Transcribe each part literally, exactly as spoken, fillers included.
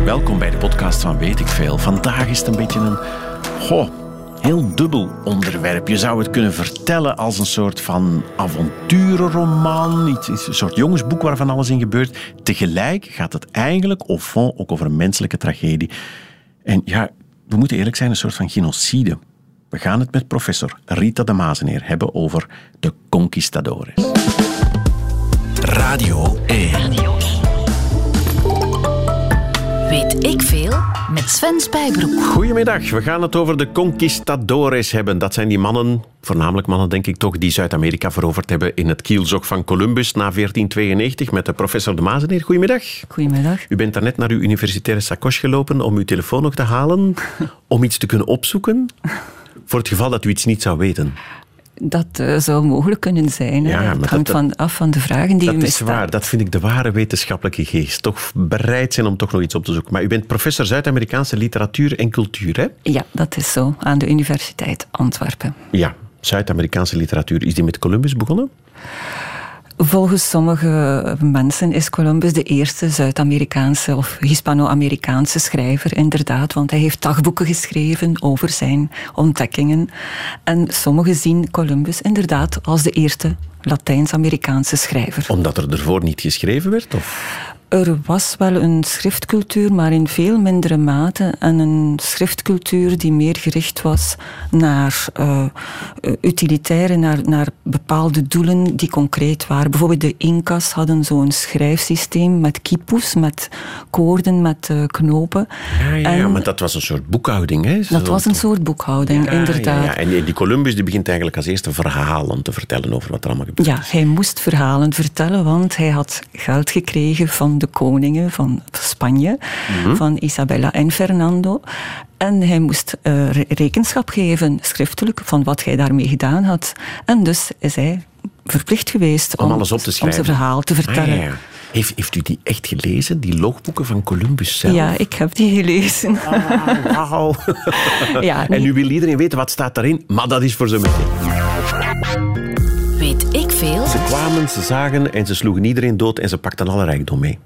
Welkom bij de podcast van Weet ik Veel. Vandaag is het een beetje een goh, heel dubbel onderwerp. Je zou het kunnen vertellen als een soort van avonturenroman, iets, iets, een soort jongensboek waarvan alles in gebeurt. Tegelijk gaat het eigenlijk au fond ook over een menselijke tragedie. En ja, we moeten eerlijk zijn, een soort van genocide. We gaan het met professor Rita de Mazeneer hebben over de Conquistadores. Radio één. Weet ik veel met Sven Spijbroek. Goedemiddag, we gaan het over de Conquistadores hebben. Dat zijn die mannen, voornamelijk mannen denk ik toch, die Zuid-Amerika veroverd hebben in het kielzog van Columbus na veertien tweeënnegentig met de professor de Mazeneer. Goedemiddag. Goedemiddag. U bent daarnet naar uw universitaire sacoche gelopen om uw telefoon nog te halen, om iets te kunnen opzoeken, voor het geval dat u iets niet zou weten. Dat uh, zou mogelijk kunnen zijn. Ja, het maar hangt dat, van af van de vragen die u me Dat is stelt. waar, dat vind ik de ware wetenschappelijke geest. Toch bereid zijn om toch nog iets op te zoeken. Maar u bent professor Zuid-Amerikaanse literatuur en cultuur, hè? Ja, dat is zo, aan de Universiteit Antwerpen. Ja, Zuid-Amerikaanse literatuur. Is die met Columbus begonnen? Volgens sommige mensen is Columbus de eerste Zuid-Amerikaanse of Hispano-Amerikaanse schrijver, inderdaad, want hij heeft dagboeken geschreven over zijn ontdekkingen. En sommigen zien Columbus inderdaad als de eerste Latijns-Amerikaanse schrijver. Omdat er ervoor niet geschreven werd? Of? Er was wel een schriftcultuur, maar in veel mindere mate. En een schriftcultuur die meer gericht was naar uh, utilitaire, naar, naar bepaalde doelen die concreet waren. Bijvoorbeeld de Incas hadden zo'n schrijfsysteem met quipus, met koorden, met uh, knopen. Ja, ja, en ja, maar dat was een soort boekhouding, hè? Zo, dat was een soort boekhouding, ja, inderdaad. Ja, ja. En die Columbus die begint eigenlijk als eerste verhalen te vertellen over wat er allemaal gebeurd is. Ja, hij moest verhalen vertellen, want hij had geld gekregen van de koningen van Spanje, mm-hmm. van Isabella en Fernando. En hij moest uh, rekenschap geven, schriftelijk, van wat hij daarmee gedaan had. En dus is hij verplicht geweest om, om alles op te schrijven. Om zijn verhaal te vertellen. Ah, ja, ja. Heeft, heeft u die echt gelezen, die logboeken van Columbus zelf? Ja, ik heb die gelezen. Ah, wauw. Ja, en nu wil iedereen weten wat staat daarin, maar dat is voor zo meteen. Weet ik veel? Ze kwamen, ze zagen en ze sloegen iedereen dood en ze pakten alle rijkdom mee.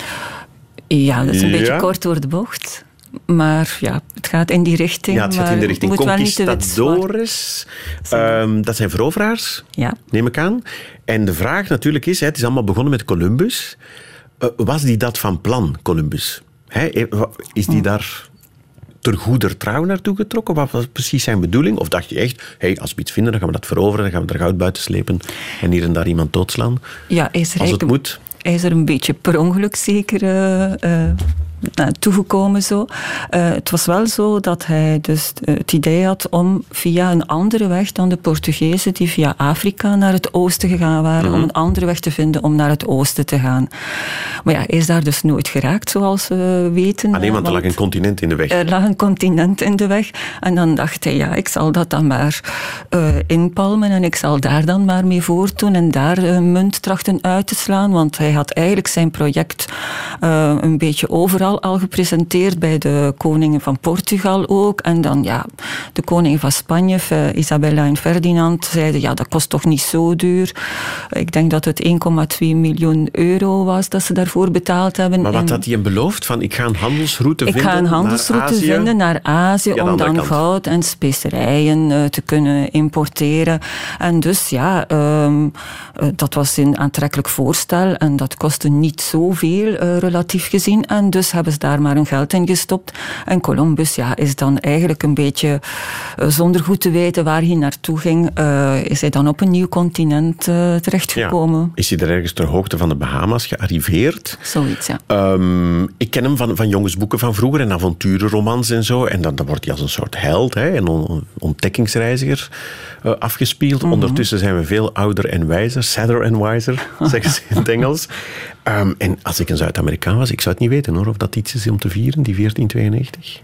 Ja, dat is een ja? beetje kort door de bocht. Maar ja, het gaat in die richting. Ja, het gaat in de richting Conquistadores. Um, dat zijn veroveraars, ja. neem ik aan. En de vraag natuurlijk is, het is allemaal begonnen met Columbus. Uh, was die dat van plan, Columbus? He, is die daar ter goeder trouw naartoe getrokken? Wat was precies zijn bedoeling? Of dacht je echt, hey, als we iets vinden, dan gaan we dat veroveren, dan gaan we er goud buiten slepen en hier en daar iemand doodslaan? Ja, hij is als het moet. Hij is er een beetje per ongeluk zeker uh, uh, toegekomen. Zo. Uh, het was wel zo dat hij dus het idee had om via een andere weg dan de Portugezen die via Afrika naar het oosten gegaan waren, mm-hmm. om een andere weg te vinden om naar het oosten te gaan. Maar ja, hij is daar dus nooit geraakt, zoals we weten. Alleen want er lag een continent in de weg. Er lag een continent in de weg. En dan dacht hij, ja, ik zal dat dan maar uh, inpalmen en ik zal daar dan maar mee voortdoen en daar uh, munt trachten uit te slaan, want hij had eigenlijk zijn project uh, een beetje overal al gepresenteerd, bij de koningen van Portugal ook. En dan, ja, de koningen van Spanje, Isabella en Ferdinand, zeiden, ja, dat kost toch niet zo duur. Ik denk dat het één komma twee miljoen euro was dat ze daarvoor betaald hebben. Maar wat en had hij hem beloofd? Van, ik ga een handelsroute ik vinden ga een handelsroute naar vinden naar Azië, ja, om dan kant. goud en specerijen uh, te kunnen importeren. En dus, ja, um, uh, dat was een aantrekkelijk voorstel en dat kostte niet zoveel, uh, relatief gezien. En dus hebben ze daar maar hun geld in gestopt. En Columbus, ja, is dan eigenlijk een beetje, uh, zonder goed te weten waar hij naartoe ging, uh, is hij dan op een nieuw continent uh, terechtgekomen. Ja. Is hij er ergens ter hoogte van de Bahama's gearriveerd? Zoiets, ja. Um, ik ken hem van, van jongensboeken van vroeger en avonturenromans en zo. En dan, dan wordt hij als een soort held, hè, een on, ontdekkingsreiziger uh, afgespeeld. Mm-hmm. Ondertussen zijn we veel ouder en wijzer. Sadder en wiser, zeggen ze in het Engels. Um, en als ik een Zuid-Amerikaan was, ik zou het niet weten hoor, of dat iets is om te vieren, die veertien tweeënnegentig.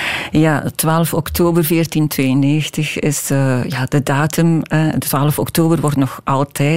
Ja, twaalf oktober veertien tweeënnegentig is uh, ja, de datum. Uh, twaalf oktober wordt nog altijd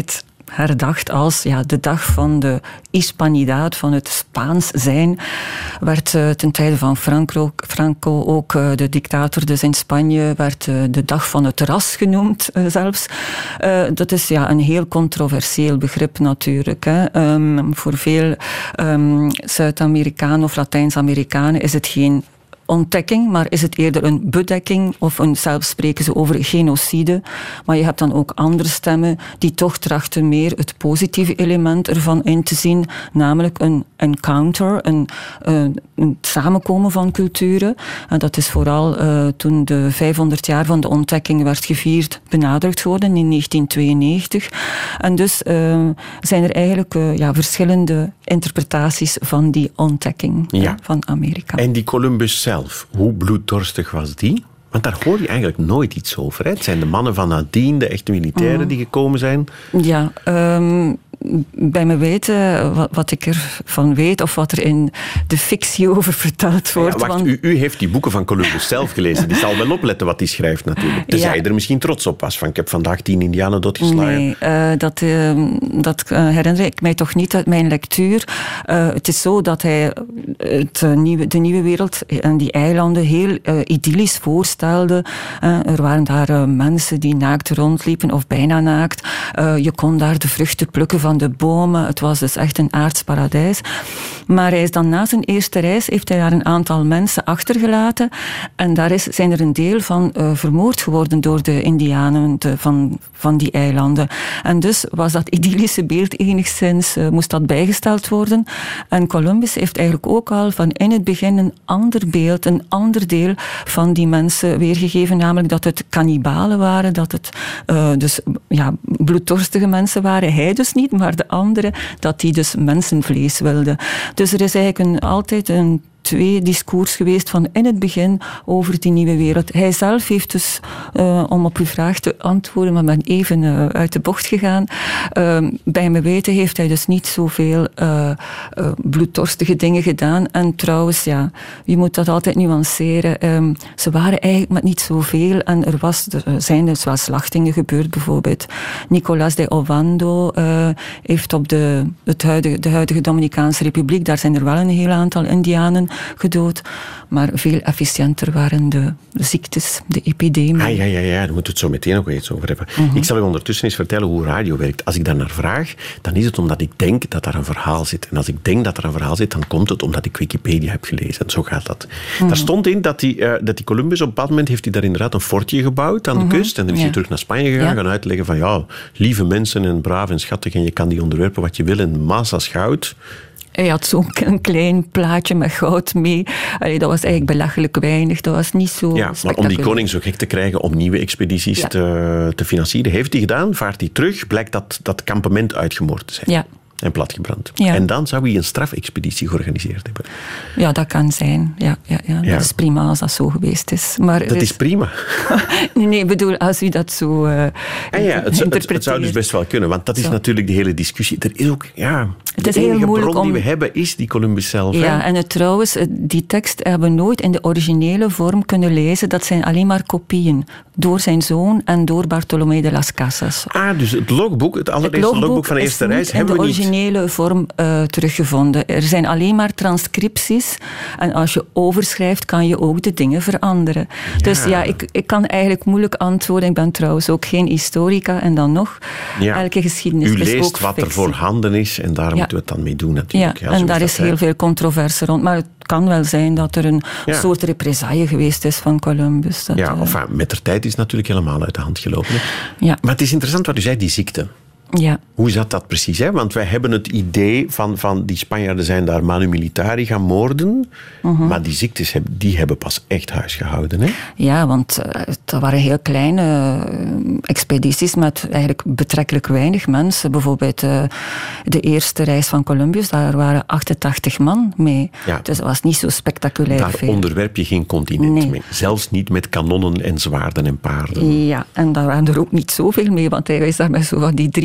herdacht als ja, de dag van de Hispanidad, van het Spaans zijn. Werd uh, ten tijde van Franco, Franco ook uh, de dictator dus in Spanje, werd uh, de dag van het ras genoemd uh, zelfs. Uh, dat is ja, een heel controversieel begrip natuurlijk. Hè. Um, voor veel um, Zuid-Amerikanen of Latijns-Amerikanen is het geen ontdekking, maar is het eerder een bedekking of een, zelfs spreken ze over genocide. Maar je hebt dan ook andere stemmen die toch trachten meer het positieve element ervan in te zien, namelijk een encounter, een, een, een samenkomen van culturen. En dat is vooral uh, toen de vijfhonderd jaar van de ontdekking werd gevierd, benadrukt geworden in negentien tweeënnegentig. En dus uh, zijn er eigenlijk uh, ja, verschillende interpretaties van die ontdekking ja. uh, van Amerika. En die Columbus zelf, hoe bloeddorstig was die? Want daar hoor je eigenlijk nooit iets over. Hè? Het zijn de mannen van nadien, de echte militairen mm. die gekomen zijn. Ja, um, bij me weten wat, wat ik ervan weet of wat er in de fictie over verteld wordt. Ja, wacht, want... u, u heeft die boeken van Columbus zelf gelezen. Die zal wel opletten wat hij schrijft natuurlijk. Tenzij ja. je er misschien trots op was. Van ik heb vandaag tien indianen doodgeslagen. Nee, uh, dat, uh, dat uh, herinner ik mij toch niet uit mijn lectuur. Uh, het is zo dat hij het, uh, nieuwe, de nieuwe wereld en die eilanden heel uh, idyllisch voorstelde. Uh, er waren daar uh, mensen die naakt rondliepen of bijna naakt. Uh, je kon daar de vruchten plukken van de bomen. Het was dus echt een aards paradijs. Maar hij is dan na zijn eerste reis heeft hij daar een aantal mensen achtergelaten. En daar is, zijn er een deel van uh, vermoord geworden door de indianen de, van, van die eilanden. En dus was dat idyllische beeld enigszins, uh, moest dat bijgesteld worden. En Columbus heeft eigenlijk ook al van in het begin een ander beeld, een ander deel van die mensen weergegeven. Namelijk dat het kannibalen waren, dat het uh, dus ja, bloeddorstige mensen waren. Hij dus niet, maar de anderen, dat die dus mensenvlees wilden. Dus er is eigenlijk een, altijd een twee discours geweest van in het begin over die nieuwe wereld. Hij zelf heeft dus, uh, om op uw vraag te antwoorden, maar ben even uh, uit de bocht gegaan. Uh, bij me weten heeft hij dus niet zoveel uh, uh, bloeddorstige dingen gedaan. En trouwens, ja, je moet dat altijd nuanceren. Um, ze waren eigenlijk met niet zoveel en er, was, er zijn dus wel slachtingen gebeurd. Bijvoorbeeld Nicolás de Ovando uh, heeft op de, het huidige, de huidige Dominicaanse Republiek, daar zijn er wel een heel aantal indianen gedood, maar veel efficiënter waren de, de ziektes, de epidemie. Ah, ja, ja, ja, daar moeten we het zo meteen ook iets over hebben. Mm-hmm. Ik zal u ondertussen eens vertellen hoe radio werkt. Als ik daar naar vraag, dan is het omdat ik denk dat daar een verhaal zit. En als ik denk dat er een verhaal zit, dan komt het omdat ik Wikipedia heb gelezen. En zo gaat dat. Mm-hmm. Daar stond in dat die, uh, dat die Columbus, op een bepaald moment heeft hij daar inderdaad een fortje gebouwd aan de mm-hmm. kust. En dan is ja. hij terug naar Spanje gegaan, ja. gaan uitleggen van ja, lieve mensen en braaf en schattig en je kan die onderwerpen wat je wil en massa's goud. Hij had zo'n klein plaatje met goud mee. Allee, dat was eigenlijk belachelijk weinig. Dat was niet zo ja, maar om die koning zo gek te krijgen om nieuwe expedities ja. te, te financieren, heeft hij gedaan. Vaart hij terug, blijkt dat dat kampement uitgemoord te zijn. Ja. En platgebrand. Ja. En dan zou hij een strafexpeditie georganiseerd hebben. Ja, dat kan zijn. Ja, ja, ja. ja. Dat is prima als dat zo geweest is. Maar dat is, is prima. nee, nee, ik bedoel, als u dat zo uh, ah, ja, het, het, het zou dus best wel kunnen, want dat is zo. Natuurlijk de hele discussie. Er is ook, ja, het is de enige heel moeilijk bron om... die we hebben is die Columbus zelf. Ja, hè? en het, trouwens, die tekst hebben we nooit in de originele vorm kunnen lezen. Dat zijn alleen maar kopieën. Door zijn zoon en door Bartolomé de las Casas. Ah, dus het logboek, het allereerste logboek, logboek van de eerste reis, hebben we niet... in de originele vorm Uh, teruggevonden. Er zijn alleen maar transcripties en als je overschrijft kan je ook de dingen veranderen. Ja. Dus ja, ik, ik kan eigenlijk moeilijk antwoorden. Ik ben trouwens ook geen historica en dan nog, ja. elke geschiedenis U is leest ook wat fictie. Er voorhanden is en daar ja. moeten we het dan mee doen natuurlijk. Ja, ja en daar is heel veel controverse rond, maar het kan wel zijn dat er een ja. soort represaille geweest is van Columbus. Dat, ja, uh, of met de tijd is het natuurlijk helemaal uit de hand gelopen. Hè? Ja. Maar het is interessant wat u zei, die ziekte. Ja. Hoe zat dat precies? Hè? Want wij hebben het idee van, van die Spanjaarden zijn daar manu militari gaan moorden. Uh-huh. Maar die ziektes die hebben pas echt huis gehouden. Hè? Ja, want uh, dat waren heel kleine uh, expedities met eigenlijk betrekkelijk weinig mensen. Bijvoorbeeld uh, de eerste reis van Columbus, daar waren achtentachtig man mee. Ja. Dus dat was niet zo spectaculair daar veel. onderwerp je geen continent nee. mee. Zelfs niet met kanonnen en zwaarden en paarden. Ja, en daar waren er ook niet zoveel mee, want hij is daar met zo van die drie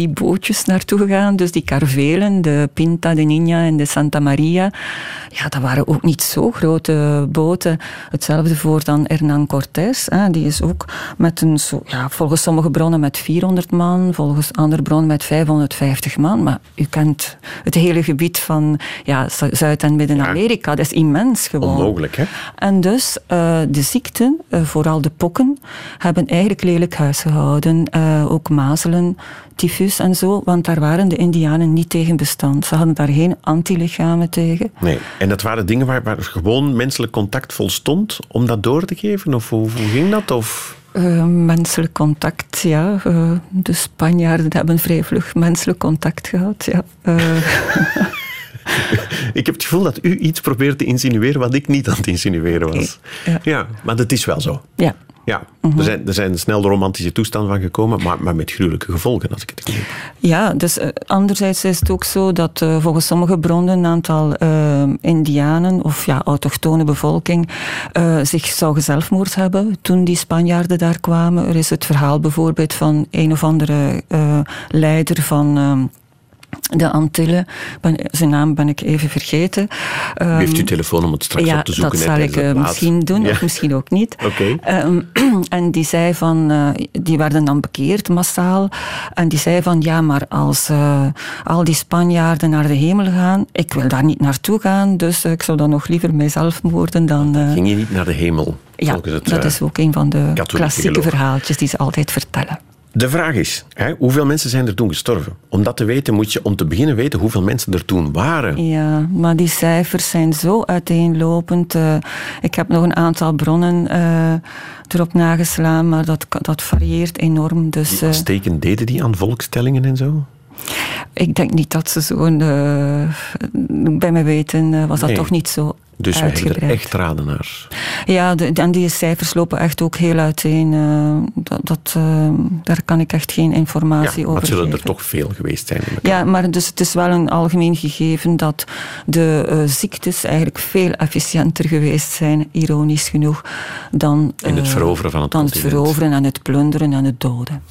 bootjes naartoe gegaan. Dus die karvelen, de Pinta, de Niña en de Santa Maria. Ja, dat waren ook niet zo grote boten. Hetzelfde voor dan Hernán Cortés. Hè. Die is ook met een, zo, ja, volgens sommige bronnen met vierhonderd man, volgens andere bronnen met vijfhonderdvijftig man. Maar u kent het hele gebied van ja, Zuid- en Midden-Amerika. Ja. Dat is immens gewoon. Onmogelijk, hè? En dus uh, de ziekten, uh, vooral de pokken, hebben eigenlijk lelijk huis gehouden. Uh, ook mazelen, tyfus en zo, want daar waren de Indianen niet tegen bestand. Ze hadden daar geen antilichamen tegen. Nee, en dat waren dingen waar, waar gewoon menselijk contact volstond om dat door te geven? Of hoe, hoe ging dat? Of... Uh, menselijk contact, ja. Uh, de Spanjaarden hebben vrij vlug menselijk contact gehad, ja. Uh. Ik heb het gevoel dat u iets probeert te insinueren wat ik niet aan het insinueren was. Ja, ja maar dat is wel zo. Ja. Ja, mm-hmm. er, zijn, er zijn snel de romantische toestanden van gekomen, maar, maar met gruwelijke gevolgen, als ik het gezien heb. Ja, dus uh, anderzijds is het ook zo dat uh, volgens sommige bronnen een aantal uh, Indianen of ja, autochtone bevolking uh, zich zou gezelfmoord hebben toen die Spanjaarden daar kwamen. Er is het verhaal bijvoorbeeld van een of andere uh, leider van... Uh, de Antillen, ben, zijn naam ben ik even vergeten. Um, U heeft uw telefoon om het straks ja, op te zoeken. Ja, dat zal ik uh, misschien doen, ja. Of misschien ook niet. Okay. Um, en die zei van, uh, die werden dan bekeerd massaal. En die zei van, ja, maar als uh, al die Spanjaarden naar de hemel gaan, ik wil daar niet naartoe gaan, dus uh, ik zou dan nog liever mijzelf moorden dan... Uh, Ging je niet naar de hemel? Ja, het, dat uh, is ook een van de klassieke geloof. verhaaltjes die ze altijd vertellen. De vraag is, hè, hoeveel mensen zijn er toen gestorven? Om dat te weten moet je om te beginnen weten hoeveel mensen er toen waren. Ja, maar die cijfers zijn zo uiteenlopend. Uh, ik heb nog een aantal bronnen uh, erop nageslaan, maar dat, dat varieert enorm. Dus, die Azteken, deden die aan volkstellingen en zo? Ik denk niet dat ze zo'n... Uh, bij mijn weten uh, was dat nee. toch niet zo Dus wij hebben er echt raden naar. Ja, de, en die cijfers lopen echt ook heel uiteen. Uh, dat, dat, uh, daar kan ik echt geen informatie ja, over maar zullen geven. er toch veel geweest zijn? Ja, maar dus het is wel een algemeen gegeven dat de uh, ziektes eigenlijk veel efficiënter geweest zijn, ironisch genoeg, dan, uh, in het veroveren van het dan het veroveren en het plunderen en het doden.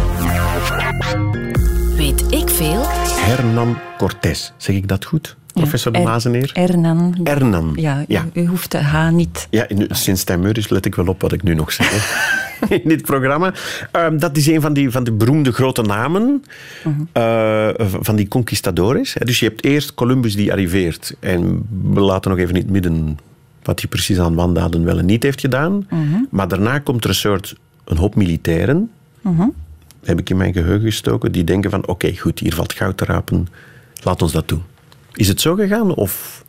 Weet ik veel? Hernán Cortés, zeg ik dat goed? Professor de Mazeneer? Hernán. Hernán. Ja, ja. U, u hoeft de H niet. Ja, nu, sinds Tijmeur let ik wel op wat ik nu nog zeg. In dit programma. Um, dat is een van die, van die beroemde grote namen uh-huh. uh, van die conquistadores. Dus je hebt eerst Columbus die arriveert. En we laten nog even in het midden wat hij precies aan wandaden wel en niet heeft gedaan. Uh-huh. Maar daarna komt er een soort een hoop militairen. Uh-huh. Heb ik in mijn geheugen gestoken. Die denken van oké, okay, goed, hier valt goud te rapen. Laat ons dat doen. Is het zo gegaan? Of...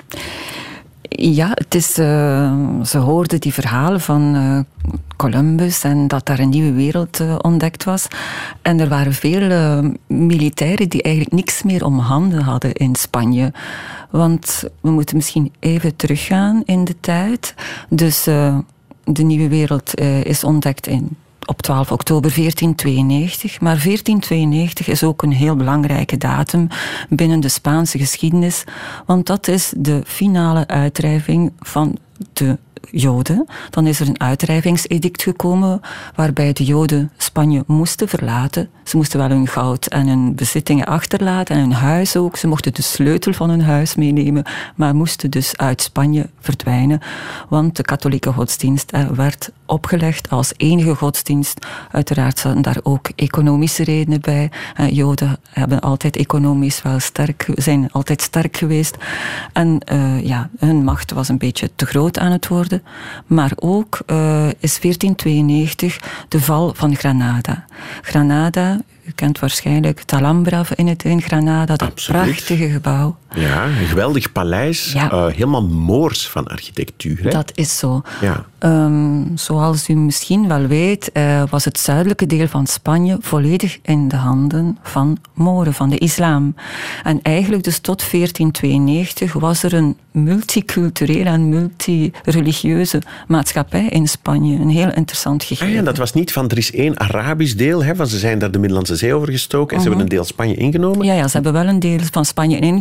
Ja, het is, uh, ze hoorden die verhalen van uh, Columbus en dat daar een nieuwe wereld uh, ontdekt was. En er waren veel uh, militairen die eigenlijk niks meer om handen hadden in Spanje. Want we moeten misschien even teruggaan in de tijd. Dus uh, de nieuwe wereld uh, is ontdekt in... op twaalf oktober veertien tweeënnegentig. Maar veertien tweeënnegentig is ook een heel belangrijke datum binnen de Spaanse geschiedenis, want dat is de finale uitdrijving van de Joden. Dan is er een uitdrijvingsedict gekomen waarbij de Joden Spanje moesten verlaten. Ze moesten wel hun goud en hun bezittingen achterlaten en hun huis ook. Ze mochten de sleutel van hun huis meenemen, maar moesten dus uit Spanje verdwijnen. Want de katholieke godsdienst werd opgelegd als enige godsdienst. Uiteraard zaten daar ook economische redenen bij. Joden hebben altijd economisch wel sterk, zijn altijd sterk geweest. En uh, ja, hun macht was een beetje te groot aan het worden. Maar ook uh, is veertien tweeënnegentig de val van Granada. Granada, u kent waarschijnlijk het Alhambra in, het, in Granada, dat Absoluut. prachtige gebouw. Ja, een geweldig paleis, ja. uh, helemaal Moors van architectuur. Hè? Dat is zo. Ja. Um, zoals u misschien wel weet, uh, was het zuidelijke deel van Spanje volledig in de handen van Moren, van de islam. En eigenlijk dus tot veertien tweeënnegentig was er een multiculturele en multireligieuze maatschappij in Spanje. Een heel interessant gegeven. Ah ja, dat was niet van, er is één Arabisch deel, hè, van ze zijn daar de Middellandse Zee over gestoken en uh-huh. ze hebben een deel Spanje ingenomen. Ja, ja, ze hebben wel een deel van Spanje ingenomen. Maar dat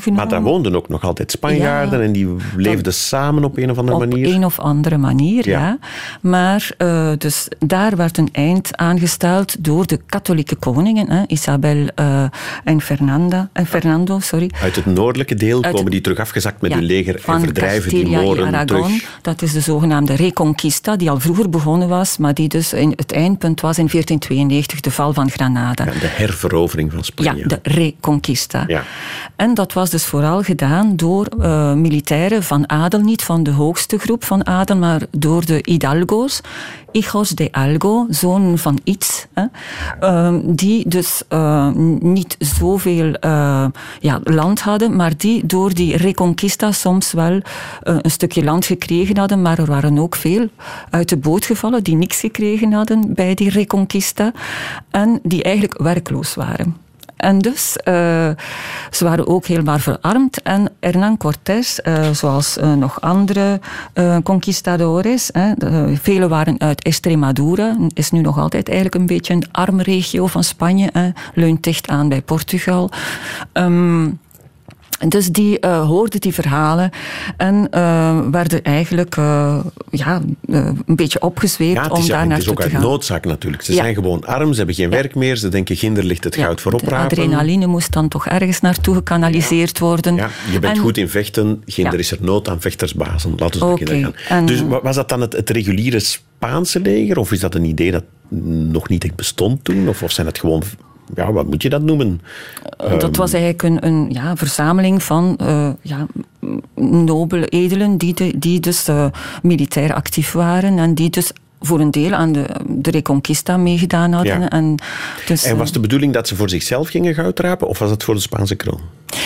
woonden ook nog altijd Spanjaarden ja, en die leefden dat, samen op een of andere op manier? Op een of andere manier, ja. ja. Maar uh, dus daar werd een eind aangesteld door de katholieke koningen, hè, Isabel uh, en, Fernanda, en Fernando. Sorry. Uit het noordelijke deel Uit, komen die terug afgezakt met ja, hun leger en verdrijven die Moren terug. Dat is de zogenaamde Reconquista, die al vroeger begonnen was, maar die dus in het eindpunt was in veertien tweeënnegentig, de val van Granada. Ja, de herverovering van Spanje. Ja, de Reconquista. Ja. En dat was dus vooral gedaan door uh, militairen van adel, niet van de hoogste groep van adel, maar door de hidalgo's, hijos de algo, zonen van iets, hè, uh, die dus uh, niet zoveel uh, ja, land hadden, maar die door die Reconquista soms wel uh, een stukje land gekregen hadden, maar er waren ook veel uit de boot gevallen die niks gekregen hadden bij die Reconquista en die eigenlijk werkloos waren. En dus, uh, ze waren ook helemaal verarmd. En Hernán Cortés, uh, zoals uh, nog andere uh, conquistadores, uh, de, vele waren uit Extremadura, is nu nog altijd eigenlijk een beetje een arme regio van Spanje, uh, leunt dicht aan bij Portugal. Um, Dus die uh, hoorden die verhalen en uh, werden eigenlijk uh, ja, uh, een beetje opgezweept ja, om ja, daar naartoe te gaan. Het is ook uit noodzaak natuurlijk. Ze ja. zijn gewoon arm, ze hebben geen ja. werk meer, ze denken, ginder ligt het ja. goud voor oprapen. De adrenaline moest dan toch ergens naartoe gekanaliseerd ja. worden. Ja, je bent en, goed in vechten, ginder ja. is er nood aan vechtersbazen. Laten we okay. beginnen gaan. En, dus was dat dan het, het reguliere Spaanse leger, of is dat een idee dat nog niet echt bestond toen? Of, of zijn het gewoon... Ja, wat moet je dat noemen? Dat was eigenlijk een, een ja, verzameling van uh, ja, nobele edelen die, de, die dus uh, militair actief waren en die dus voor een deel aan de, de Reconquista meegedaan hadden. Ja. En, dus, en was de bedoeling dat ze voor zichzelf gingen goud rapen of was het voor de Spaanse kroon?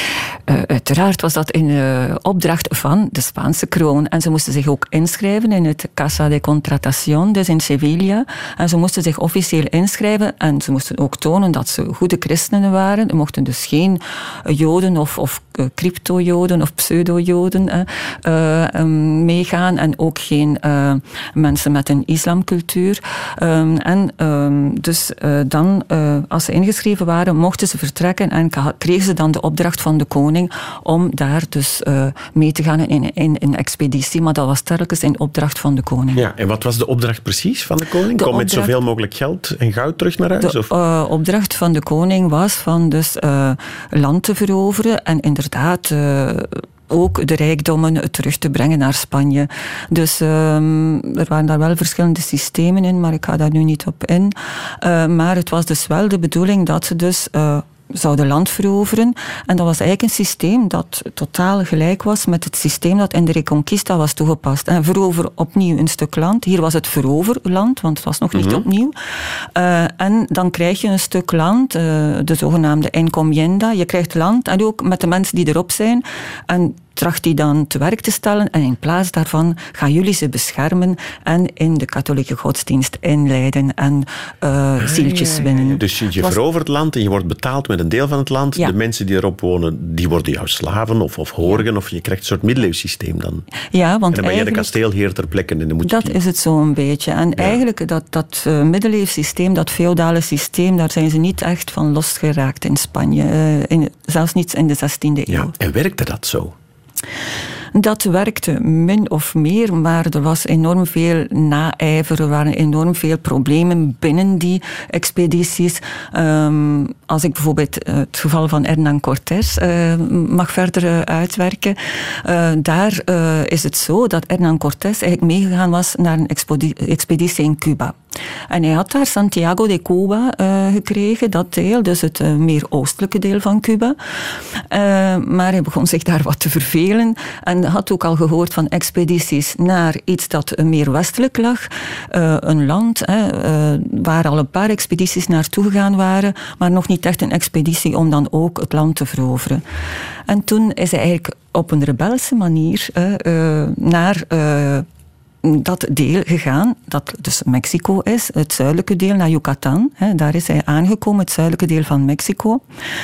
Uh, uiteraard was dat in uh, opdracht van de Spaanse kroon. En ze moesten zich ook inschrijven in het Casa de Contratación, dus in Sevilla. En ze moesten zich officieel inschrijven en ze moesten ook tonen dat ze goede christenen waren. Er mochten dus geen joden of, of uh, crypto-joden of pseudo-joden uh, uh, um, meegaan en ook geen uh, mensen met een islamcultuur. Um, en um, dus uh, dan, uh, als ze ingeschreven waren, mochten ze vertrekken en kregen ze dan de opdracht van de koning om daar dus uh, mee te gaan in, in een expeditie. Maar dat was telkens in opdracht van de koning. Ja, en wat was de opdracht precies van de koning? De Kom opdracht, met zoveel mogelijk geld en goud terug naar huis? De of? Uh, opdracht van de koning was van dus uh, land te veroveren en inderdaad... Uh, ook de rijkdommen terug te brengen naar Spanje. Dus um, er waren daar wel verschillende systemen in, maar ik ga daar nu niet op in. Uh, maar het was dus wel de bedoeling dat ze dus... Uh, zouden land veroveren. En dat was eigenlijk een systeem dat totaal gelijk was met het systeem dat in de Reconquista was toegepast. En verover opnieuw een stuk land. Hier was het veroverland, want het was nog niet mm-hmm. opnieuw. Uh, en dan krijg je een stuk land, uh, de zogenaamde encomienda. Je krijgt land en ook met de mensen die erop zijn. En tracht die dan te werk te stellen en in plaats daarvan gaan jullie ze beschermen en in de katholieke godsdienst inleiden en uh, zieltjes winnen. Dus je, je was... verovert land en je wordt betaald met een deel van het land. Ja. De mensen die erop wonen, die worden jouw slaven of, of horigen ja. of je krijgt een soort middeleeuwssysteem dan. Ja, want en dan ben je de kasteelheer ter plekke en dan moet je dat is het zo een beetje. En ja. eigenlijk dat, dat uh, middeleeuwssysteem, dat feodale systeem, daar zijn ze niet echt van losgeraakt in Spanje. Uh, in, zelfs niet in de zestiende eeuw. Ja. En werkte dat zo? Dat werkte min of meer, maar er was enorm veel naijver. Er waren enorm veel problemen binnen die expedities. Um, als ik bijvoorbeeld uh, het geval van Hernán Cortés uh, mag verder uh, uitwerken. Uh, daar uh, is het zo dat Hernán Cortés eigenlijk meegegaan was naar een expeditie, expeditie in Cuba. En hij had daar Santiago de Cuba uh, gekregen, dat deel, dus het uh, meer oostelijke deel van Cuba. Uh, maar hij begon zich daar wat te vervelen en had ook al gehoord van expedities naar iets dat meer westelijk lag. Uh, een land uh, waar al een paar expedities naartoe gegaan waren, maar nog niet echt een expeditie om dan ook het land te veroveren. En toen is hij eigenlijk op een rebelse manier uh, uh, naar... Uh, dat deel gegaan, dat dus Mexico is, het zuidelijke deel naar Yucatan. Hè, daar is hij aangekomen, het zuidelijke deel van Mexico.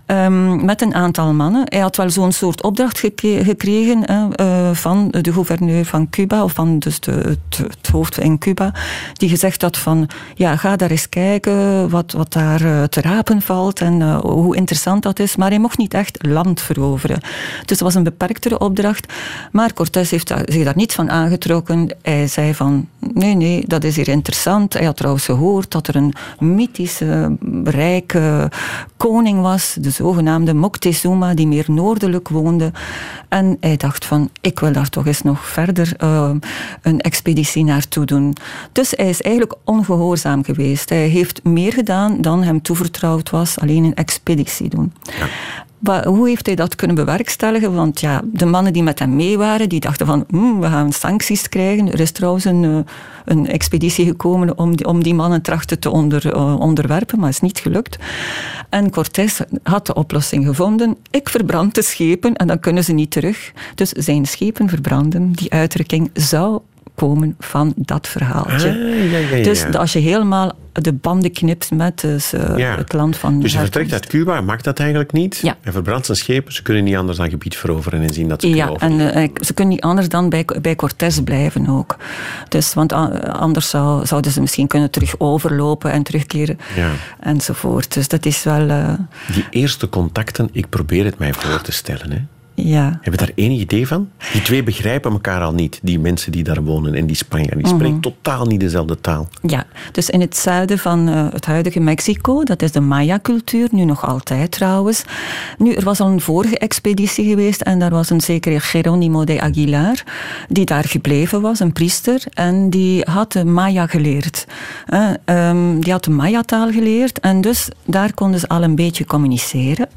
Um, met een aantal mannen. Hij had wel zo'n soort opdracht geke- gekregen hè, uh, van de gouverneur van Cuba, of van dus de, het, het hoofd in Cuba, die gezegd had van, ja, ga daar eens kijken wat, wat daar uh, te rapen valt en uh, hoe interessant dat is. Maar hij mocht niet echt land veroveren. Dus het was een beperktere opdracht. Maar Cortés heeft daar, zich daar niets van aangetrokken. Hij zei van, nee, nee, dat is hier interessant. Hij had trouwens gehoord dat er een mythische, rijke koning was, de zogenaamde Moctezuma, die meer noordelijk woonde. En hij dacht van, ik wil daar toch eens nog verder uh, een expeditie naartoe doen. Dus hij is eigenlijk ongehoorzaam geweest. Hij heeft meer gedaan dan hem toevertrouwd was, alleen een expeditie doen. Ja. Maar hoe heeft hij dat kunnen bewerkstelligen? Want ja, de mannen die met hem mee waren, die dachten van, hm, we gaan sancties krijgen. Er is trouwens een, een expeditie gekomen om die, om die mannen trachten te onder, uh, onderwerpen, maar het is niet gelukt. En Cortés had de oplossing gevonden. Ik verbrand de schepen en dan kunnen ze niet terug. Dus zijn schepen verbranden. Die uitdrukking zou komen van dat verhaaltje. Ah, ja, ja, ja. Dus als je helemaal de banden knipt met dus, uh, ja. het land van... Dus je vertrekt uit Cuba, mag dat eigenlijk niet? Ja. Hij verbrandt zijn schepen, ze kunnen niet anders dan gebied veroveren en zien dat ze ja, kunnen en uh, ze kunnen niet anders dan bij, bij Cortés blijven ook. Dus, want uh, anders zou, zouden ze misschien kunnen terug overlopen en terugkeren ja. enzovoort. Dus dat is wel... Uh... Die eerste contacten, ik probeer het mij voor te stellen, hè. Ja. Heb je daar enig idee van? Die twee begrijpen elkaar al niet, die mensen die daar wonen en die Spanjaarden. Die spreken mm-hmm. totaal niet dezelfde taal. Ja, dus in het zuiden van uh, het huidige Mexico, dat is de Maya-cultuur, nu nog altijd trouwens. Nu, er was al een vorige expeditie geweest en daar was een zekere Geronimo de Aguilar, die daar gebleven was, een priester, en die had de Maya geleerd. Uh, um, die had de Maya-taal geleerd en dus daar konden ze al een beetje communiceren.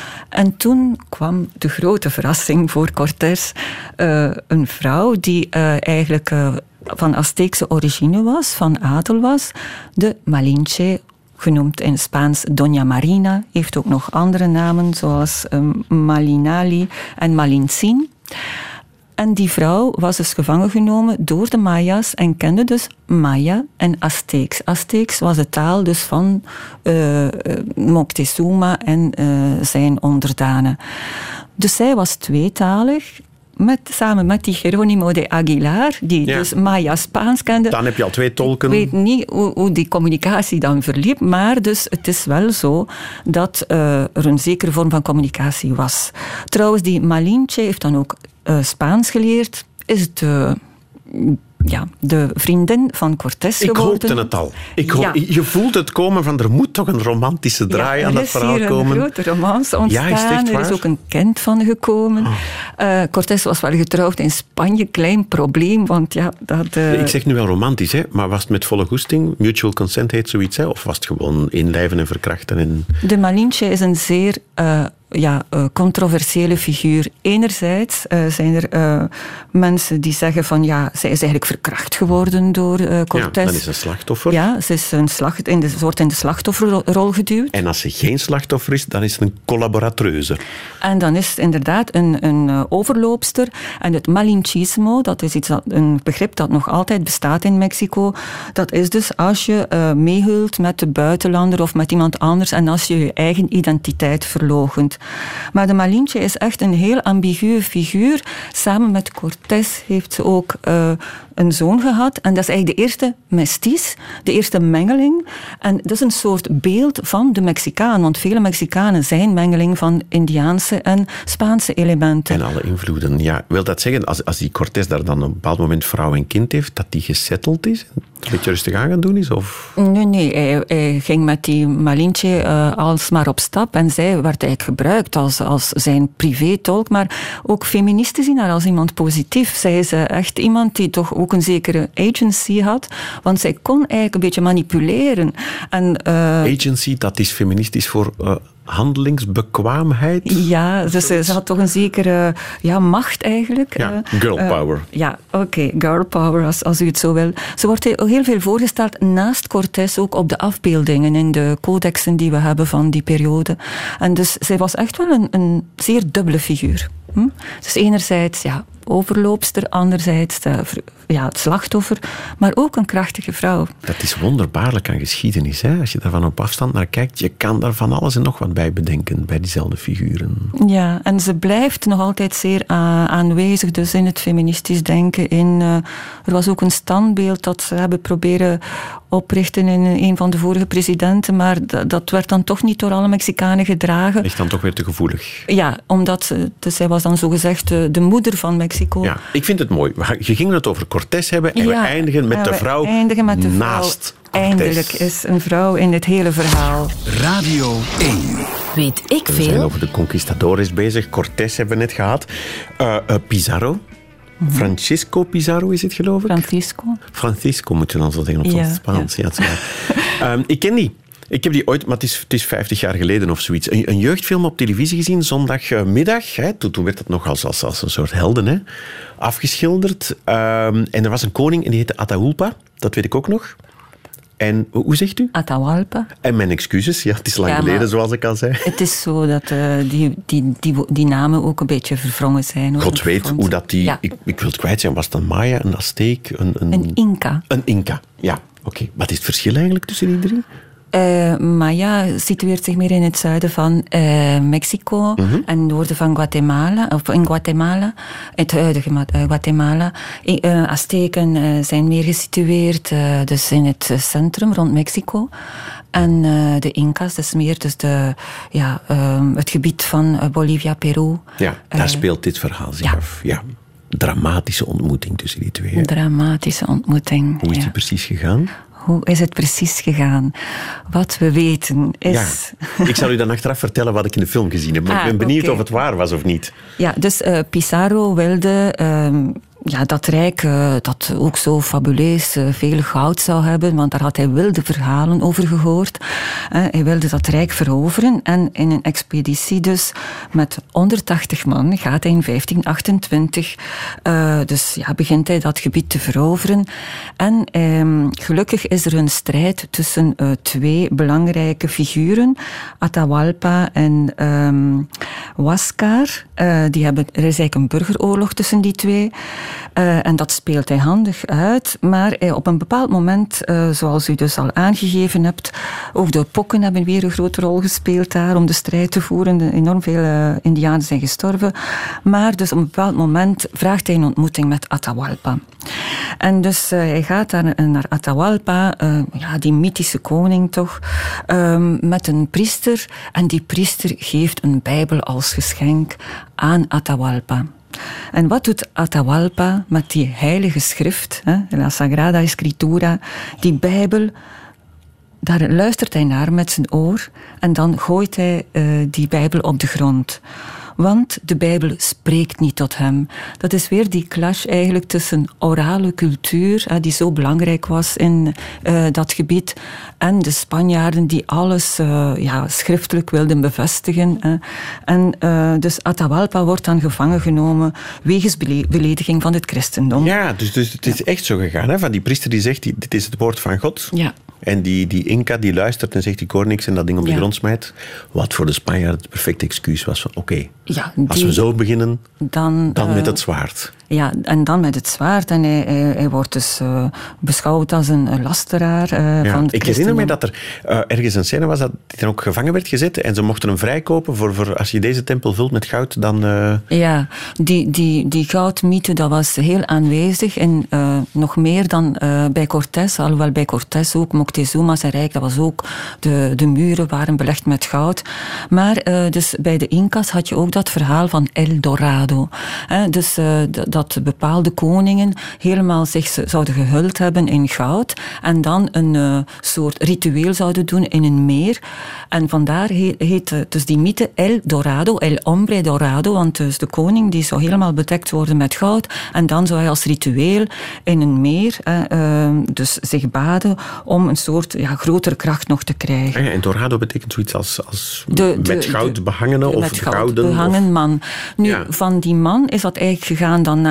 En toen kwam de grote verrassing voor Cortés. Uh, een vrouw die uh, eigenlijk uh, van Azteekse origine was, van adel was. De Malinche, genoemd in Spaans Doña Marina. Heeft ook nog andere namen, zoals um, Malinali en Malintzin. En die vrouw was dus gevangen genomen door de Maya's en kende dus Maya en Azteeks. Azteeks was de taal dus van uh, Moctezuma en uh, zijn onderdanen. Dus zij was tweetalig, met, samen met die Geronimo de Aguilar, die ja. dus Maya-Spaans kende. Dan heb je al twee tolken. Ik weet niet hoe, hoe die communicatie dan verliep, maar dus het is wel zo dat uh, er een zekere vorm van communicatie was. Trouwens, die Malinche heeft dan ook uh, Spaans geleerd, is de... Ja, de vriendin van Cortés geworden. Ik hoopte het al. Ik hoop, ja. Je voelt het komen van er moet toch een romantische draai ja, aan dat verhaal komen. Er is hier een grote romance ontstaan. Ja, is het echt waar? Er is ook een kind van gekomen. Oh. Uh, Cortés was wel getrouwd in Spanje. Klein probleem, want ja... Dat, uh... Ik zeg nu wel romantisch, hè, maar was het met volle goesting? Mutual consent heet zoiets, hè? Of was het gewoon inlijven en verkrachten? En... De Malinche is een zeer... Uh, Ja, uh, controversiële figuur. Enerzijds uh, zijn er uh, mensen die zeggen van ja, zij is eigenlijk verkracht geworden door uh, Cortés. Ja, dan is ze een slachtoffer. Ja, ze is een slacht, in de, wordt in de slachtofferrol geduwd. En als ze geen slachtoffer is, dan is ze een collaboratreuse. En dan is het inderdaad een, een uh, overloopster. En het malinchismo, dat is iets dat, een begrip dat nog altijd bestaat in Mexico. Dat is dus als je uh, meehult met de buitenlander of met iemand anders en als je je eigen identiteit verloochent. Maar de Malinche is echt een heel ambiguë figuur. Samen met Cortés heeft ze ook uh, een zoon gehad. En dat is eigenlijk de eerste mestiz, de eerste mengeling. En dat is een soort beeld van de Mexicaan. Want vele Mexicanen zijn mengeling van Indiaanse en Spaanse elementen. En alle invloeden. Ja, wil dat zeggen, als, als die Cortés daar dan op een bepaald moment vrouw en kind heeft, dat die gesetteld is? Een beetje rustig aan gaan doen is? Of? Nee, nee. Hij, hij ging met die Malinche uh, alsmaar op stap. En zij werd eigenlijk gebruikt als, als zijn privé-tolk. Maar ook feministen zien haar als iemand positief. Zij is uh, echt iemand die toch ook een zekere agency had. Want zij kon eigenlijk een beetje manipuleren. En, uh, agency, dat is feministisch voor... Uh, handelingsbekwaamheid? Ja, dus ze, ze had toch een zekere ja, macht eigenlijk. Ja, girl power. Uh, ja, oké, okay, girl power, als, als u het zo wil. Ze wordt heel veel voorgesteld naast Cortés ook op de afbeeldingen in de codexen die we hebben van die periode. En dus zij was echt wel een, een zeer dubbele figuur. Hm? Dus enerzijds, ja, overloopster, anderzijds de, ja, het slachtoffer, maar ook een krachtige vrouw. Dat is wonderbaarlijk aan geschiedenis. Hè? Als je daar van op afstand naar kijkt, je kan daar van alles en nog wat bij bedenken, bij diezelfde figuren. Ja, en ze blijft nog altijd zeer uh, aanwezig dus in het feministisch denken. In, uh, er was ook een standbeeld dat ze hebben proberen oprichten in een van de vorige presidenten, maar dat, dat werd dan toch niet door alle Mexicanen gedragen. Ligt dan toch weer te gevoelig. Ja, omdat dus zij was dan zogezegd de, de moeder van Mexico. Ja, ik vind het mooi. Je ging het over Cortés hebben en ja, we eindigen met de vrouw eindigen met de naast vrouw. Cortés. Eindelijk is een vrouw in dit hele verhaal. Radio één. Weet ik veel? We zijn over de conquistadores bezig. Cortés hebben we net gehad. Uh, uh, Pizarro. Mm-hmm. Francisco Pizarro is het, geloof ik? Francisco. Francisco moet je dan zo zeggen op ja, Spaans. Ja. Ja, um, ik ken die. Ik heb die ooit, maar het is, het is vijftig jaar geleden of zoiets, een, een jeugdfilm op televisie gezien, zondagmiddag. Hè, toen, toen werd dat nog als, als, als een soort helden hè, afgeschilderd. Um, en er was een koning en die heette Atahualpa. Dat weet ik ook nog. En hoe zegt u? Atahualpa. En mijn excuses, ja, het is lang ja, geleden, zoals ik al zei. Het is zo dat uh, die, die, die, die namen ook een beetje verwrongen zijn. God weet hoe dat die... Ja. Ik, ik wil het kwijt zijn, was het een Maya, een Azteek, een... Een, een Inca. Een Inca, ja. Oké, okay. Wat is het verschil eigenlijk tussen die drie? Uh, Maya situeert zich meer in het zuiden van uh, Mexico mm-hmm. en noorden van Guatemala, of in Guatemala, het huidige uh, Guatemala. Uh, Azteken uh, zijn meer gesitueerd uh, dus in het centrum rond Mexico. En uh, de Incas, dat is meer dus de, ja, uh, het gebied van uh, Bolivia, Peru. Ja, daar uh, speelt dit verhaal zich ja. af. Ja. Dramatische ontmoeting tussen die twee. Een dramatische ontmoeting. Hoe is die ja. precies gegaan? Hoe is het precies gegaan? Wat we weten is... Ja, ik zal u dan achteraf vertellen wat ik in de film gezien heb. Maar ah, ik ben benieuwd okay. of het waar was of niet. Ja, dus uh, Pizarro wilde... Uh, Ja, dat rijk uh, dat ook zo fabuleus uh, veel goud zou hebben, want daar had hij wilde verhalen over gehoord. Uh, hij wilde dat rijk veroveren en in een expeditie dus met honderdtachtig man gaat hij in vijftien achtentwintig. Uh, dus ja, begint hij dat gebied te veroveren. En um, gelukkig is er een strijd tussen uh, twee belangrijke figuren, Atahualpa en um, Huáscar. Uh, die hebben, er is eigenlijk een burgeroorlog tussen die twee. Uh, en dat speelt hij handig uit. Maar uh, op een bepaald moment, uh, zoals u dus al aangegeven hebt, ook de pokken hebben weer een grote rol gespeeld daar om de strijd te voeren. De, enorm veel uh, Indianen zijn gestorven. Maar dus op een bepaald moment vraagt hij een ontmoeting met Atahualpa. En dus uh, hij gaat daar naar Atahualpa, uh, ja, die mythische koning toch, um, met een priester. En die priester geeft een Bijbel als geschenk aan Atahualpa. En wat doet Atahualpa met die heilige schrift, hè, La Sagrada Escritura, die Bijbel? Daar luistert hij naar met zijn oor en dan gooit hij uh, die Bijbel op de grond. Want de Bijbel spreekt niet tot hem. Dat is weer die clash eigenlijk tussen orale cultuur, die zo belangrijk was in uh, dat gebied, en de Spanjaarden die alles uh, ja, schriftelijk wilden bevestigen. Uh. En uh, dus Atahualpa wordt dan gevangen genomen wegens bele- belediging van het christendom. Ja, dus, dus het is ja. echt zo gegaan. Hè? Van die priester die zegt, dit is het woord van God. Ja. En die, die Inca die luistert en zegt, ik hoor niks en dat ding op de ja. grond smijt. Wat voor de Spanjaarden het perfecte excuus was van, oké, okay, ja, als we zo beginnen, dan, dan uh, met het zwaard. Ja, en dan met het zwaard. En hij, hij, hij wordt dus uh, beschouwd als een lasteraar uh, ja, van het ik herinner me dat er uh, ergens een scène was dat hij dan ook gevangen werd gezet en ze mochten hem vrijkopen voor, voor als je deze tempel vult met goud, dan... Uh... Ja, die, die, die goudmythe, dat was heel aanwezig en uh, nog meer dan uh, bij Cortés, alhoewel bij Cortés ook, Moctezuma zijn rijk, dat was ook, de, de muren waren belegd met goud. Maar uh, dus bij de Incas had je ook dat verhaal van El Dorado. He, dus uh, d- dat bepaalde koningen helemaal zich zouden gehuld hebben in goud en dan een uh, soort ritueel zouden doen in een meer. En vandaar heet, heet dus die mythe El Dorado, El Hombre Dorado, want dus de koning die zou helemaal bedekt worden met goud en dan zou hij als ritueel in een meer uh, uh, dus zich baden om een soort ja, grotere kracht nog te krijgen. Ja, en Dorado betekent zoiets als, als de, de, met goud behangene de, of met goud gouden? behangen of... man. Nu, ja. van die man is dat eigenlijk gegaan dan naar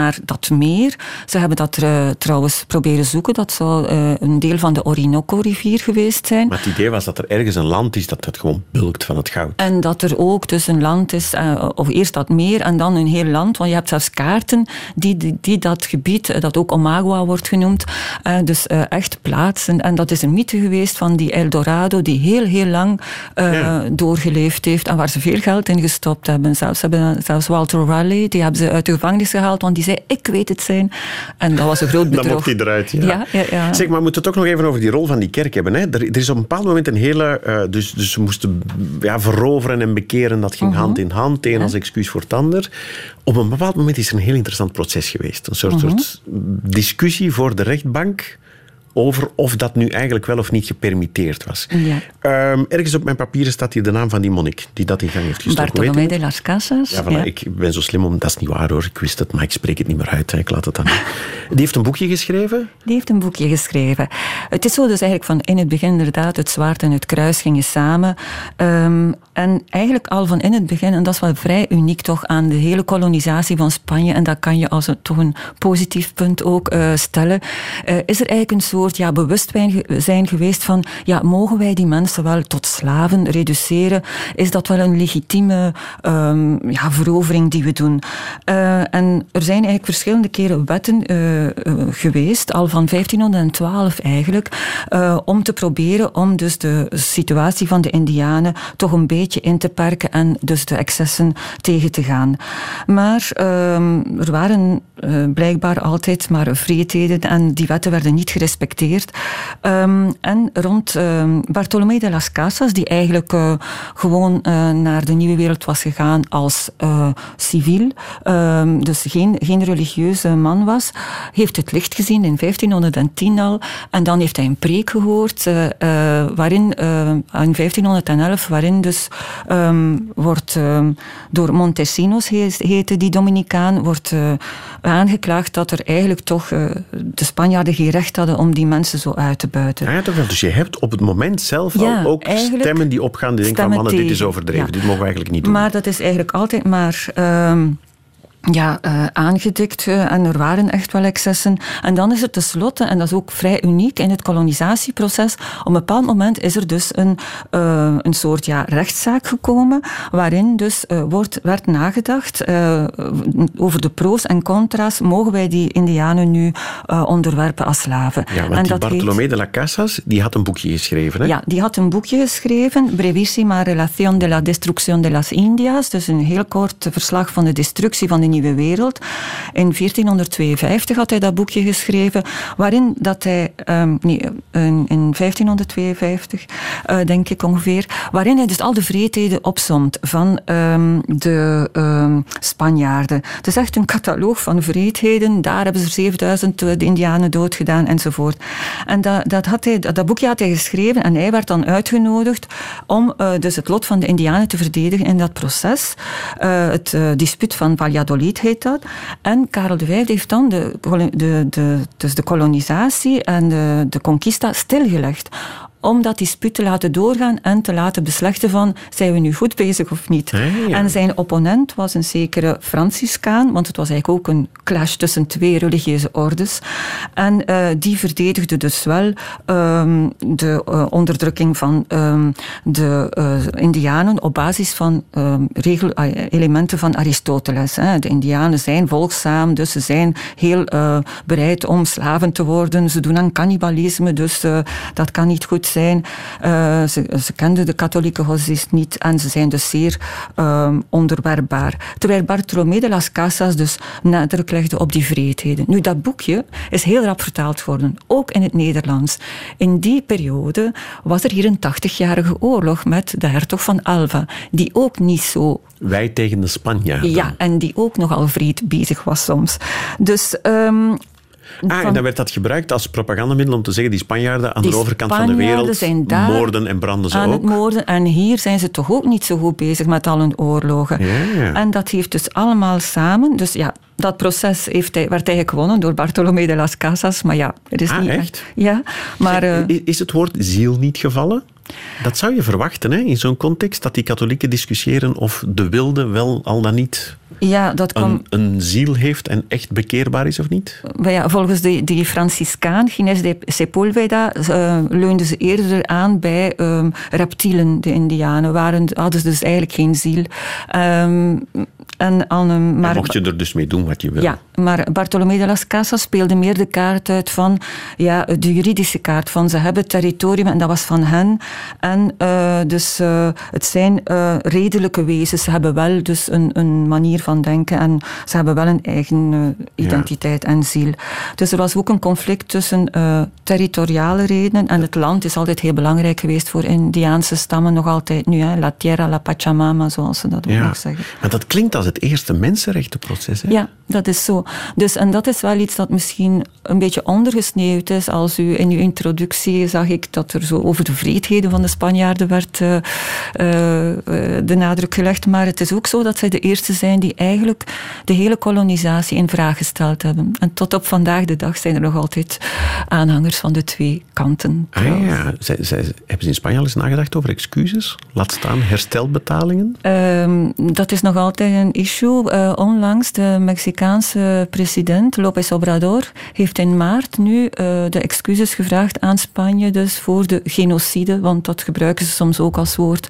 naar dat meer. Ze hebben dat uh, trouwens proberen zoeken. Dat zou uh, een deel van de Orinoco-rivier geweest zijn. Maar het idee was dat er ergens een land is dat het gewoon bulkt van het goud. En dat er ook dus een land is, uh, of eerst dat meer en dan een heel land. Want je hebt zelfs kaarten die, die, die dat gebied, dat ook Omagua wordt genoemd, uh, dus uh, echt plaatsen. En dat is een mythe geweest van die Eldorado, die heel, heel lang uh, ja. doorgeleefd heeft en waar ze veel geld in gestopt hebben. Zelfs, hebben, zelfs Walter Raleigh, die hebben ze uit de gevangenis gehaald, want die zei, ik weet het zijn. En dat was een groot bedrog. Dan mocht hij eruit, ja. ja, ja, ja. Zeg, maar we moeten het ook nog even over die rol van die kerk hebben. Hè? Er, er is op een bepaald moment een hele... Uh, dus, dus ze moesten ja, veroveren en bekeren, dat ging uh-huh. hand in hand, het een ja. als excuus voor het ander. Op een bepaald moment is er een heel interessant proces geweest. Een soort, uh-huh. soort discussie voor de rechtbank over of dat nu eigenlijk wel of niet gepermitteerd was. Ja. Um, ergens op mijn papieren staat hier de naam van die monnik die dat in gang heeft gestoken. Bartolomé de las Casas. Ja, voilà, ja. Ik ben zo slim om... Dat is niet waar hoor, ik wist het, maar ik spreek het niet meer uit. Hè. Ik laat het dan. Die heeft een boekje geschreven? Die heeft een boekje geschreven. Het is zo dus eigenlijk van in het begin inderdaad, het zwaard en het kruis gingen samen. Um, en eigenlijk al van in het begin, en dat is wel vrij uniek toch aan de hele kolonisatie van Spanje, en dat kan je als een, toch een positief punt ook uh, stellen, uh, is er eigenlijk een soort ja, bewustzijn geweest van, ja, mogen wij die mensen wel tot slaven reduceren? Is dat wel een legitieme um, ja, verovering die we doen? Uh, en er zijn eigenlijk verschillende keren wetten uh, uh, geweest, al van vijftienhonderdtwaalf eigenlijk, uh, om te proberen om dus de situatie van de Indianen toch een beetje in te perken en dus de excessen tegen te gaan. Maar um, er waren uh, blijkbaar altijd maar vreedheden en die wetten werden niet gerespecteerd. Um, en rond um, Bartolomé de las Casas, die eigenlijk uh, gewoon uh, naar de Nieuwe Wereld was gegaan als uh, civiel, um, dus geen, geen religieuze man was, heeft het licht gezien in vijftienhonderdtien al. En dan heeft hij een preek gehoord, uh, uh, waarin, uh, in vijftienhonderdelf, waarin dus um, wordt um, door Montesinos, heette die Dominicaan, wordt uh, aangeklaagd dat er eigenlijk toch uh, de Spanjaarden geen recht hadden om die mensen zo uit te buiten. Ja, toch wel. Dus je hebt op het moment zelf ja, al ook stemmen die opgaan die denken van mannen, dit is overdreven, ja. dit mogen we eigenlijk niet doen. Maar dat is eigenlijk altijd maar... Um, Ja, uh, aangedikt uh, en er waren echt wel excessen. En dan is er tenslotte, en dat is ook vrij uniek in het kolonisatieproces, op een bepaald moment is er dus een, uh, een soort ja, rechtszaak gekomen, waarin dus uh, wordt, werd nagedacht uh, over de pro's en contra's, mogen wij die Indianen nu uh, onderwerpen als slaven. Ja, want en die dat Bartolomé heet, de las Casas, die had een boekje geschreven, hè? Ja, die had een boekje geschreven, Brevissima Relación de la Destrucción de las Indias, dus een heel kort verslag van de destructie van de Nieuwe Wereld. In veertienhonderdtweeënvijftig had hij dat boekje geschreven, waarin dat hij, um, nee, in, in vijftienhonderdtweeënvijftig, uh, denk ik ongeveer, waarin hij dus al de vreedheden opsomt van um, de um, Spanjaarden. Het is echt een cataloog van vreedheden. Daar hebben ze zevenduizend de Indianen doodgedaan, enzovoort. En dat, dat, had hij, dat boekje had hij geschreven en hij werd dan uitgenodigd om uh, dus het lot van de Indianen te verdedigen in dat proces. Uh, het uh, dispuut van Valladolid heet dat. En Karel de Vijfde heeft dan de, de, de, dus de kolonisatie en de, de conquista stilgelegd. Om dat dispuut te laten doorgaan en te laten beslechten van, zijn we nu goed bezig of niet? Hey, ja. En zijn opponent was een zekere Franciscaan, want het was eigenlijk ook een clash tussen twee religieuze ordes. En uh, die verdedigde dus wel um, de uh, onderdrukking van um, de uh, Indianen op basis van um, regel, uh, elementen van Aristoteles. Hè. De Indianen zijn volgzaam, dus ze zijn heel uh, bereid om slaven te worden. Ze doen aan cannibalisme, dus uh, dat kan niet goed zijn. Uh, ze, ze kenden de katholieke godsdienst niet en ze zijn dus zeer uh, onderwerpbaar. Terwijl Bartolomé de las Casas dus nadruk legde op die vreedheden. Nu, dat boekje is heel rap vertaald geworden, ook in het Nederlands. In die periode was er hier een tachtigjarige oorlog met de hertog van Alva, die ook niet zo... Wij tegen de Spanjaarden. Ja, en die ook nogal vreed bezig was soms. Dus... Um, Ah, van, en dan werd dat gebruikt als propagandamiddel om te zeggen, die Spanjaarden aan de overkant van de wereld moorden en branden ze aan ook. Het moorden, en hier zijn ze toch ook niet zo goed bezig met al hun oorlogen. Ja, ja. En dat heeft dus allemaal samen... Dus ja, dat proces heeft hij, werd hij gewonnen door Bartolomé de las Casas, maar ja, er is ah, niet echt? echt. Ja, maar, uh, is het woord ziel niet gevallen? Dat zou je verwachten, hè, in zo'n context, dat die katholieken discussiëren of de wilde wel al dan niet Ja, dat kwam... een, een ziel heeft en echt bekeerbaar is of niet? Ja, volgens die, die Franciscaan, Ginés de Sepúlveda, uh, leunden ze eerder aan bij um, reptielen, de Indianen. Waren, hadden ze dus eigenlijk geen ziel. Um, en, um, maar, en mocht je er dus mee doen wat je wil. Ja, maar Bartolomé de las Casas speelde meer de kaart uit van ja, de juridische kaart. Van ze hebben territorium en dat was van hen. En uh, dus uh, het zijn uh, redelijke wezens. Ze hebben wel dus een, een manier van denken en ze hebben wel een eigen uh, identiteit ja. en ziel. Dus er was ook een conflict tussen uh, territoriale redenen en het land is altijd heel belangrijk geweest voor Indiaanse stammen, nog altijd nu. Hè? La tierra, la Pachamama, zoals ze dat ook ja. nog zeggen. Maar dat klinkt als het eerste mensenrechtenproces, hè? Ja, dat is zo. Dus, en dat is wel iets dat misschien een beetje ondergesneeuwd is. Als u in uw introductie zag ik dat er zo over de vreedheden van de Spanjaarden werd uh, uh, de nadruk gelegd. Maar het is ook zo dat zij de eerste zijn die eigenlijk de hele kolonisatie in vraag gesteld hebben. En tot op vandaag de dag zijn er nog altijd aanhangers van de twee kanten. Ah ja, zij, zij, hebben ze in Spanje al eens nagedacht over excuses? Laat staan herstelbetalingen? Um, dat is nog altijd een issue. Uh, onlangs de Mexicaanse president López Obrador heeft in maart nu uh, de excuses gevraagd aan Spanje dus voor de genocide, want dat gebruiken ze soms ook als woord.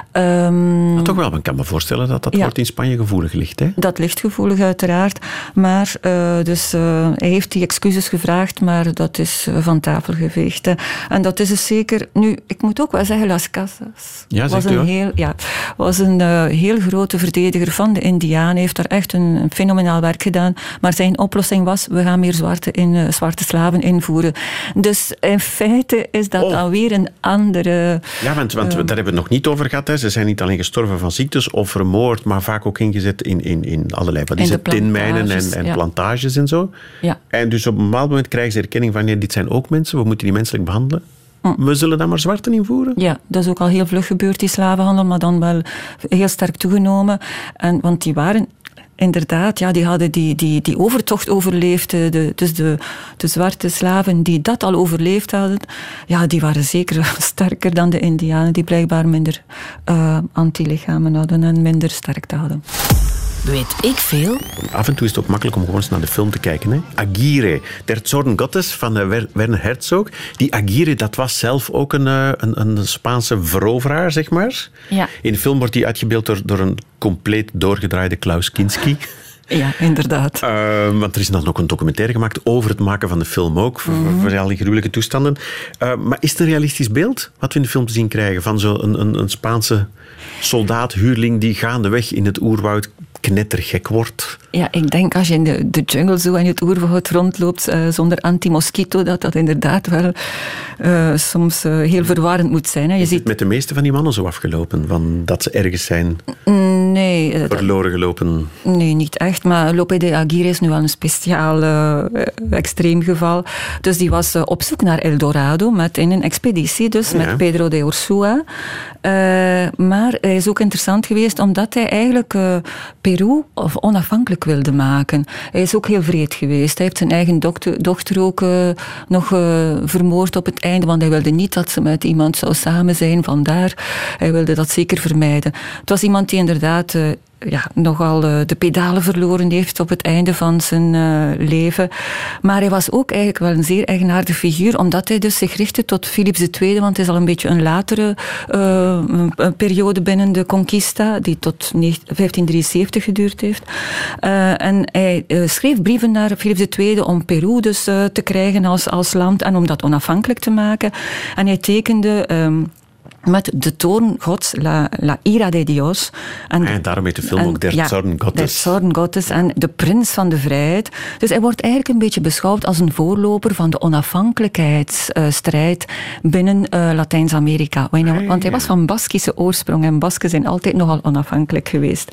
Um, maar toch wel, ik kan me voorstellen dat dat ja, woord in Spanje gevoelig ligt. Hè? Dat ligt gevoelig uiteraard, maar uh, dus, uh, hij heeft die excuses gevraagd, maar dat is uh, van tafel geveegd. Hè. En dat is dus zeker... Nu, ik moet ook wel zeggen, Las Casas ja, was, een heel, ja, was een uh, heel grote verdediger van de Indianen, heeft daar echt een, een fenomenaal werk gedaan, maar zijn oplossing was, we gaan meer zwarte, in, uh, zwarte slaven invoeren. Dus in feite is dat oh. dan weer een andere... Ja, want, want uh, daar hebben we het nog niet over gehad. Hè. Ze zijn niet alleen gestorven van ziektes of vermoord, maar vaak ook ingezet in, in, in allerlei wat is het, tinmijnen en, en ja. plantages en zo. Ja. En dus op een bepaald moment krijgen ze erkenning van, nee, dit zijn ook mensen, we moeten die menselijk behandelen. We zullen dan maar zwarten invoeren? Ja, dat is ook al heel vlug gebeurd, die slavenhandel, maar dan wel heel sterk toegenomen. En, want die waren... Inderdaad, ja, die hadden die, die, die overtocht overleefd. De, dus de, de zwarte slaven die dat al overleefd hadden, ja, die waren zeker sterker dan de Indianen, die blijkbaar minder uh, antilichamen hadden en minder sterkte hadden. Weet ik veel? Af en toe is het ook makkelijk om gewoon eens naar de film te kijken. Hè? Aguirre, Der Zorn Gottes van Werner Herzog. Die Aguirre, dat was zelf ook een, een, een Spaanse veroveraar, zeg maar. Ja. In de film wordt hij uitgebeeld door, door een compleet doorgedraaide Klaus Kinski. Ja, inderdaad. Uh, want er is dan ook een documentaire gemaakt over het maken van de film ook, voor, mm-hmm. voor al die gruwelijke toestanden. Uh, maar is het een realistisch beeld wat we in de film te zien krijgen van zo'n een, een, een Spaanse soldaat, huurling die gaandeweg in het oerwoud knettergek wordt? Ja, ik denk als je in de, de jungle zo in het oerwoud rondloopt uh, zonder anti-mosquito, dat dat inderdaad wel uh, soms uh, heel verwarrend moet zijn. Hè. Je is ziet... het met de meeste van die mannen zo afgelopen? Van dat ze ergens zijn nee, uh, verloren gelopen? Nee, niet echt. Maar Lope de Aguirre is nu wel een speciaal uh, extreem geval. Dus die was uh, op zoek naar El Dorado met, in een expeditie, dus ja. met Pedro de Ursúa. Uh, maar hij is ook interessant geweest omdat hij eigenlijk uh, Peru of onafhankelijk wilde maken. Hij is ook heel wreed geweest. Hij heeft zijn eigen dochter, dochter ook uh, nog uh, vermoord op het einde, want hij wilde niet dat ze met iemand zou samen zijn. Vandaar, hij wilde dat zeker vermijden. Het was iemand die inderdaad uh, ja, nogal uh, de pedalen verloren heeft op het einde van zijn uh, leven. Maar hij was ook eigenlijk wel een zeer eigenaardig figuur, omdat hij dus zich richtte tot Philips de Tweede, want het is al een beetje een latere uh, een periode binnen de Conquista, die tot vijftien drieënzeventig geduurd heeft. Uh, en hij uh, schreef brieven naar Philips de Tweede om Peru dus uh, te krijgen als, als land en om dat onafhankelijk te maken. En hij tekende... Um, met de toorn gods, la, la ira de Dios. En, en daarom heet de film en, ook Der ja, Zorn Gottes. Der Zorn Gottes en de prins van de vrijheid. Dus hij wordt eigenlijk een beetje beschouwd als een voorloper van de onafhankelijkheidsstrijd uh, binnen uh, Latijns-Amerika. Want, want hij was van Baskische oorsprong en Basken zijn altijd nogal onafhankelijk geweest.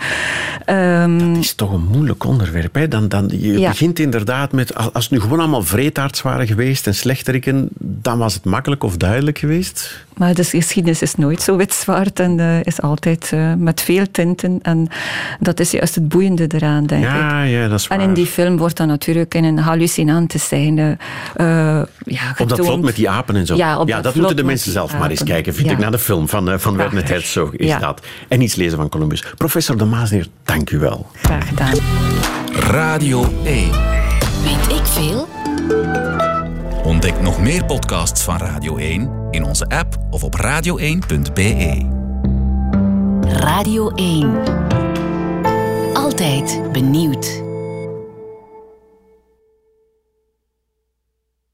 Um, dat is toch een moeilijk onderwerp. Hè? Dan, dan, je ja. begint inderdaad met, als het nu gewoon allemaal vreedaards waren geweest en slechteriken, dan was het makkelijk of duidelijk geweest. Maar de geschiedenis is nooit zo wit-zwart en uh, is altijd uh, met veel tinten. En dat is juist het boeiende eraan, denk ja, ik. Ja, dat is waar. En in die film wordt dat natuurlijk in een hallucinante scène uh, ja, getoond. Op dat vlot met die apen en zo. Ja, op ja dat, dat moeten de mensen zelf apen. maar eens kijken, vind ja. ik, naar de film van, uh, van Werner Herzog. Is ja. dat. En iets lezen van Columbus. Professor De Maasneer, dank u wel. Graag gedaan. Radio één. Weet ik veel? Ontdek nog meer podcasts van Radio één in onze app of op radio één punt b e. Radio één. Altijd benieuwd.